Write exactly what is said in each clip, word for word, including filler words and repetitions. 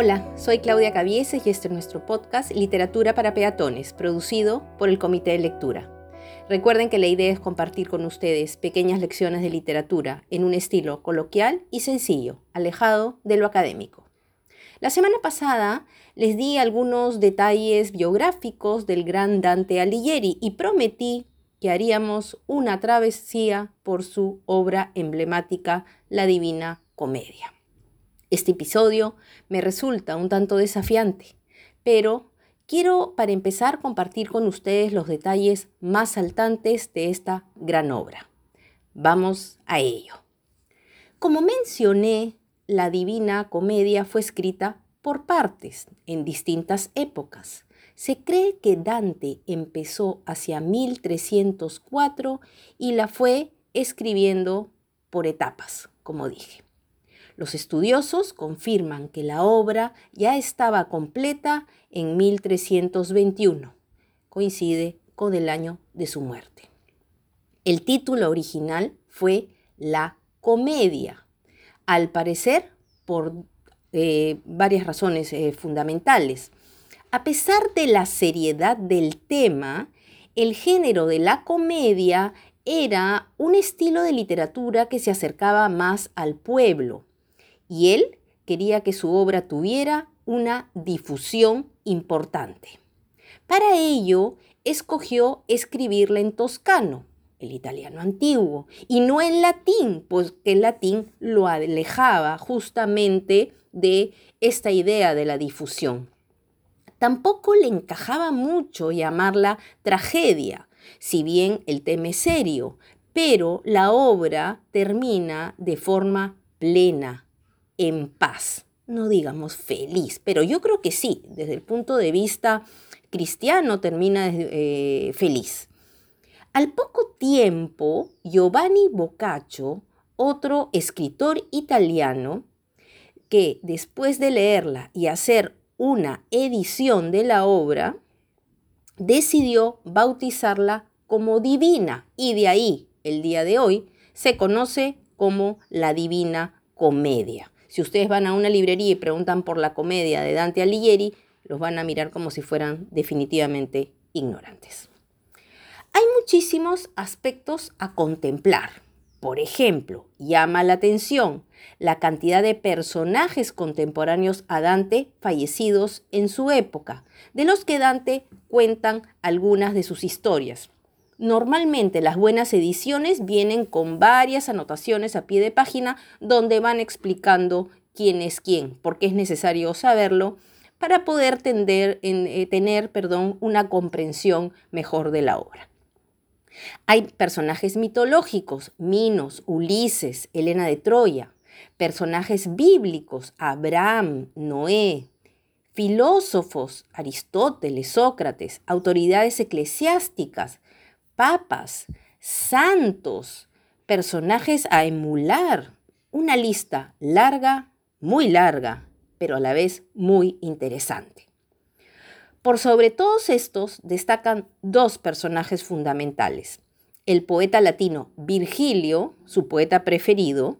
Hola, soy Claudia Cavieses y este es nuestro podcast Literatura para Peatones, producido por el Comité de Lectura. Recuerden que la idea es compartir con ustedes pequeñas lecciones de literatura en un estilo coloquial y sencillo, alejado de lo académico. La semana pasada les di algunos detalles biográficos del gran Dante Alighieri y prometí que haríamos una travesía por su obra emblemática, La Divina Comedia. Este episodio me resulta un tanto desafiante, pero quiero para empezar compartir con ustedes los detalles más saltantes de esta gran obra. Vamos a ello. Como mencioné, La Divina Comedia fue escrita por partes en distintas épocas. Se cree que Dante empezó hacia mil trescientos cuatro y la fue escribiendo por etapas, como dije. Los estudiosos confirman que la obra ya estaba completa en mil trescientos veintiuno. Coincide con el año de su muerte. El título original fue La Comedia, al parecer por eh, varias razones eh, fundamentales. A pesar de la seriedad del tema, el género de la comedia era un estilo de literatura que se acercaba más al pueblo. Y él quería que su obra tuviera una difusión importante. Para ello, escogió escribirla en toscano, el italiano antiguo, y no en latín, pues que el latín lo alejaba justamente de esta idea de la difusión. Tampoco le encajaba mucho llamarla tragedia, si bien el tema es serio, pero la obra termina de forma plena, en paz, no digamos feliz, pero yo creo que sí, desde el punto de vista cristiano termina eh, feliz. Al poco tiempo, Giovanni Boccaccio, otro escritor italiano, que después de leerla y hacer una edición de la obra, decidió bautizarla como Divina y de ahí, el día de hoy, se conoce como la Divina Comedia. Si ustedes van a una librería y preguntan por la comedia de Dante Alighieri, los van a mirar como si fueran definitivamente ignorantes. Hay muchísimos aspectos a contemplar. Por ejemplo, llama la atención la cantidad de personajes contemporáneos a Dante fallecidos en su época, de los que Dante cuentan algunas de sus historias. Normalmente las buenas ediciones vienen con varias anotaciones a pie de página donde van explicando quién es quién, porque es necesario saberlo para poder tender, en, eh, tener perdón, una comprensión mejor de la obra. Hay personajes mitológicos, Minos, Ulises, Helena de Troya, personajes bíblicos, Abraham, Noé, filósofos, Aristóteles, Sócrates, autoridades eclesiásticas, papas, santos, personajes a emular. Una lista larga, muy larga, pero a la vez muy interesante. Por sobre todos estos destacan dos personajes fundamentales. El poeta latino Virgilio, su poeta preferido,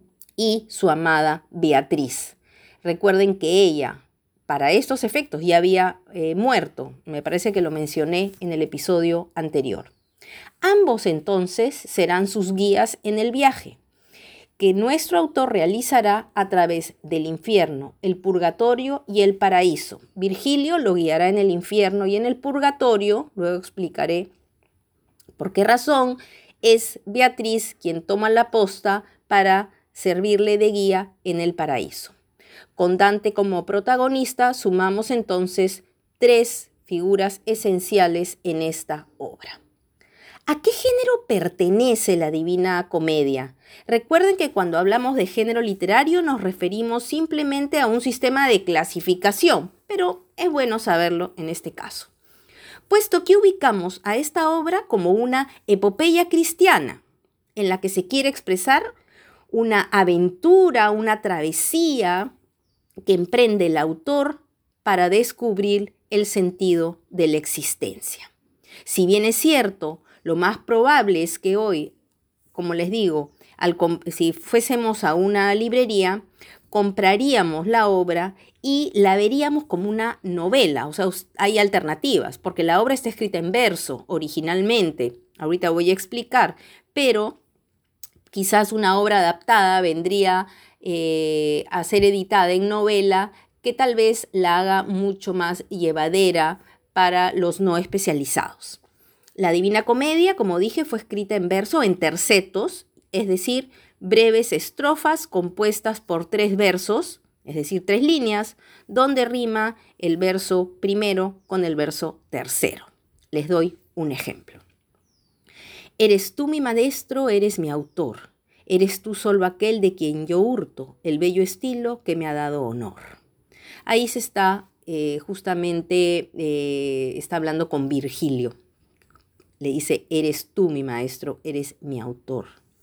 y su amada Beatriz. Recuerden que ella, para estos efectos, ya había eh, muerto. Me parece que lo mencioné en el episodio anterior. Ambos entonces serán sus guías en el viaje que nuestro autor realizará a través del infierno, el purgatorio y el paraíso. Virgilio lo guiará en el infierno y en el purgatorio, luego explicaré por qué razón, es Beatriz quien toma la posta para servirle de guía en el paraíso. Con Dante como protagonista sumamos entonces tres figuras esenciales en esta obra. ¿A qué género pertenece la Divina Comedia? Recuerden que cuando hablamos de género literario nos referimos simplemente a un sistema de clasificación, pero es bueno saberlo en este caso, puesto que ubicamos a esta obra como una epopeya cristiana, en la que se quiere expresar una aventura, una travesía que emprende el autor para descubrir el sentido de la existencia. Si bien es cierto, lo más probable es que hoy, como les digo, al, si fuésemos a una librería, compraríamos la obra y la veríamos como una novela. O sea, hay alternativas, porque la obra está escrita en verso originalmente. Ahorita voy a explicar, pero quizás una obra adaptada vendría eh, a ser editada en novela, que tal vez la haga mucho más llevadera para los no especializados. La Divina Comedia, como dije, fue escrita en verso, en tercetos, es decir, breves estrofas compuestas por tres versos, es decir, tres líneas, donde rima el verso primero con el verso tercero. Les doy un ejemplo. Eres tú mi maestro, eres mi autor. Eres tú solo aquel de quien yo hurto el bello estilo que me ha dado honor. Ahí se está, eh, justamente, eh, está hablando con Virgilio. Le dice, eres tú mi maestro, eres mi autor.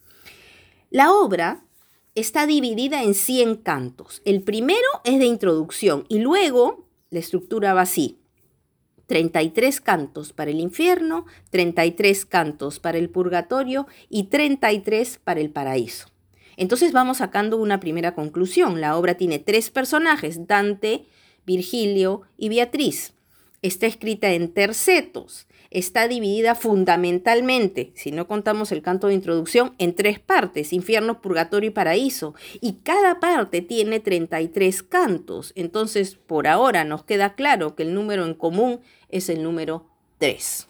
La obra está dividida en cien cantos. El primero es de introducción y luego la estructura va así. treinta y tres cantos para el infierno, treinta y tres cantos para el purgatorio y treinta y tres para el paraíso. Entonces vamos sacando una primera conclusión. La obra tiene tres personajes, Dante, Virgilio y Beatriz. Está escrita en tercetos. Está dividida fundamentalmente, si no contamos el canto de introducción, en tres partes, infierno, purgatorio y paraíso. Y cada parte tiene treinta y tres cantos. Entonces, por ahora nos queda claro que el número en común es el número tres.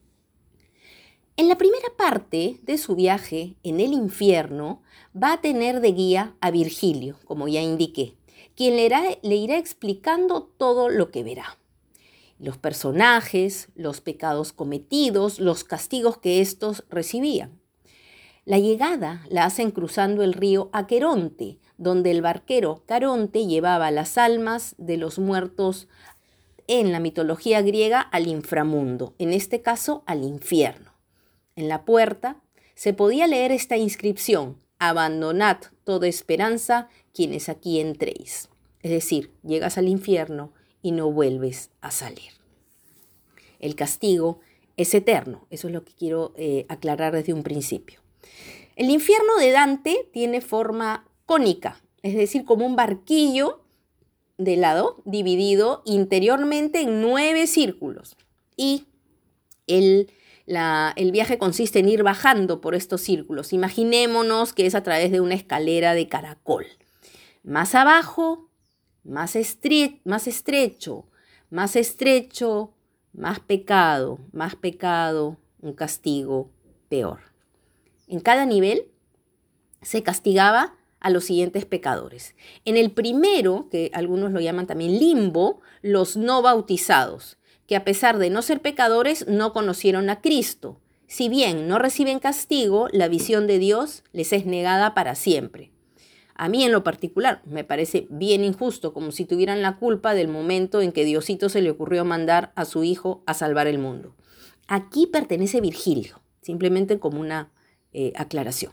En la primera parte de su viaje en el infierno va a tener de guía a Virgilio, como ya indiqué, quien le irá, le irá explicando todo lo que verá. Los personajes, los pecados cometidos, los castigos que éstos recibían. La llegada la hacen cruzando el río Aqueronte, donde el barquero Caronte llevaba las almas de los muertos en la mitología griega al inframundo, en este caso al infierno. En la puerta se podía leer esta inscripción: abandonad toda esperanza quienes aquí entréis. Es decir, llegas al infierno y no vuelves a salir. El castigo es eterno, eso es lo que quiero eh, aclarar desde un principio. El infierno de Dante tiene forma cónica, es decir, como un barquillo de lado dividido interiormente en nueve círculos. Y el, la, el viaje consiste en ir bajando por estos círculos. Imaginémonos que es a través de una escalera de caracol. Más abajo, Más, estre- más estrecho, más estrecho, más pecado, más pecado, un castigo peor. En cada nivel se castigaba a los siguientes pecadores. En el primero, que algunos lo llaman también limbo, los no bautizados, que a pesar de no ser pecadores, no conocieron a Cristo. Si bien no reciben castigo, la visión de Dios les es negada para siempre. A mí en lo particular me parece bien injusto, como si tuvieran la culpa del momento en que Diosito se le ocurrió mandar a su hijo a salvar el mundo. Aquí pertenece Virgilio, simplemente como una eh, aclaración.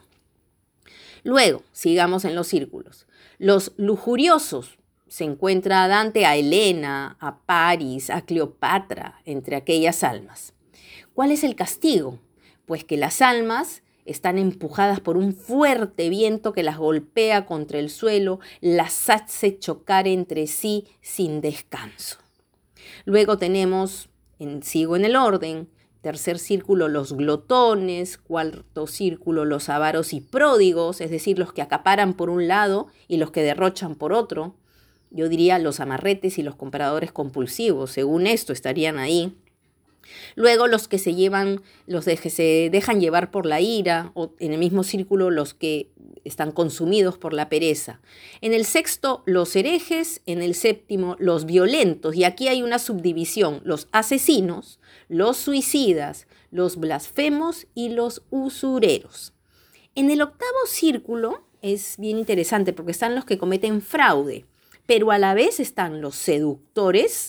Luego, sigamos en los círculos. Los lujuriosos, se encuentra a Dante a Helena, a Paris, a Cleopatra, entre aquellas almas. ¿Cuál es el castigo? Pues que las almas están empujadas por un fuerte viento que las golpea contra el suelo, las hace chocar entre sí sin descanso. Luego tenemos, en, sigo en el orden, tercer círculo los glotones, cuarto círculo los avaros y pródigos, es decir, los que acaparan por un lado y los que derrochan por otro. Yo diría los amarretes y los compradores compulsivos, según esto estarían ahí. Luego los que se llevan, los de que se dejan llevar por la ira, o en el mismo círculo los que están consumidos por la pereza. En el sexto, los herejes, en el séptimo, los violentos, y aquí hay una subdivisión: los asesinos, los suicidas, los blasfemos y los usureros. En el octavo círculo es bien interesante porque están los que cometen fraude, pero a la vez están los seductores,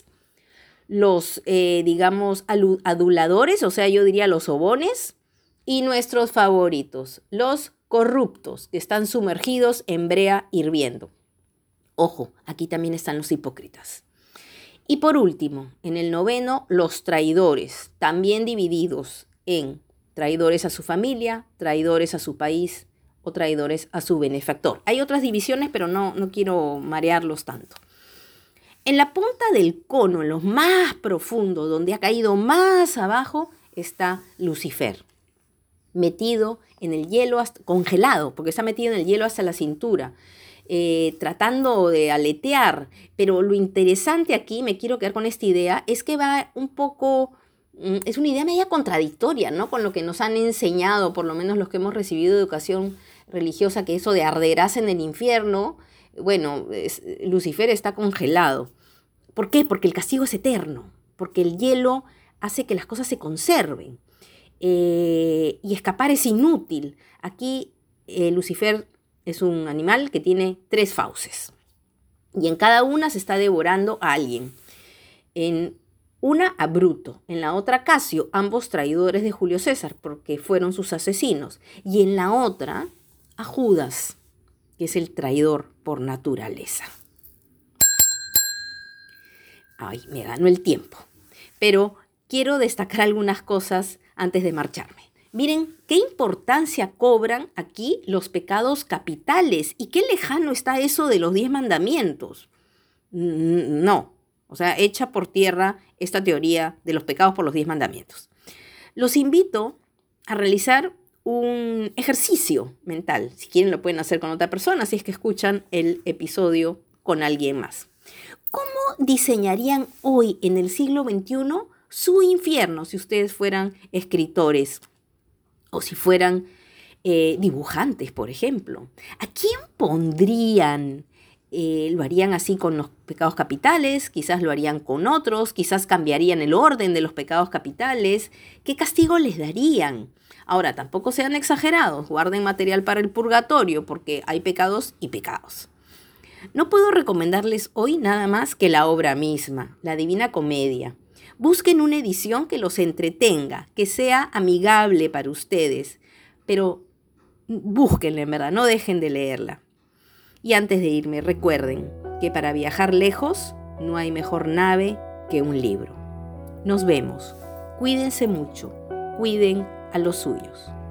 los, eh, digamos, aduladores, o sea, yo diría los sobones, y nuestros favoritos, los corruptos, que están sumergidos en brea hirviendo. Ojo, aquí también están los hipócritas. Y por último, en el noveno, los traidores, también divididos en traidores a su familia, traidores a su país o traidores a su benefactor. Hay otras divisiones, pero no, no quiero marearlos tanto. En la punta del cono, en lo más profundo, donde ha caído más abajo, está Lucifer, metido en el hielo, hasta, congelado, porque está metido en el hielo hasta la cintura, eh, tratando de aletear. Pero lo interesante aquí, me quiero quedar con esta idea, es que va un poco, es una idea media contradictoria, ¿no? Con lo que nos han enseñado, por lo menos los que hemos recibido educación religiosa, que eso de arderás en el infierno. Bueno, es, Lucifer está congelado. ¿Por qué? Porque el castigo es eterno, porque el hielo hace que las cosas se conserven, eh, y escapar es inútil. Aquí eh, Lucifer es un animal que tiene tres fauces y en cada una se está devorando a alguien. En una a Bruto, en la otra a Casio, ambos traidores de Julio César porque fueron sus asesinos, y en la otra a Judas, que es el traidor por naturaleza. Ay, me ganó el tiempo, pero quiero destacar algunas cosas antes de marcharme. Miren qué importancia cobran aquí los pecados capitales y qué lejano está eso de los diez mandamientos. No, o sea, echa por tierra esta teoría de los pecados por los diez mandamientos. Los invito a realizar un ejercicio mental. Si quieren lo pueden hacer con otra persona, si es que escuchan el episodio con alguien más. ¿Cómo diseñarían hoy, en el siglo veintiuno, su infierno si ustedes fueran escritores o si fueran eh, dibujantes, por ejemplo? ¿A quién pondrían? Eh, ¿Lo harían así con los pecados capitales? Quizás lo harían con otros, quizás cambiarían el orden de los pecados capitales. ¿Qué castigo les darían? Ahora, tampoco sean exagerados, guarden material para el purgatorio porque hay pecados y pecados. No puedo recomendarles hoy nada más que la obra misma, la Divina Comedia. Busquen una edición que los entretenga, que sea amigable para ustedes, pero búsquenla en verdad, no dejen de leerla. Y antes de irme, recuerden que para viajar lejos no hay mejor nave que un libro. Nos vemos. Cuídense mucho. Cuiden a los suyos.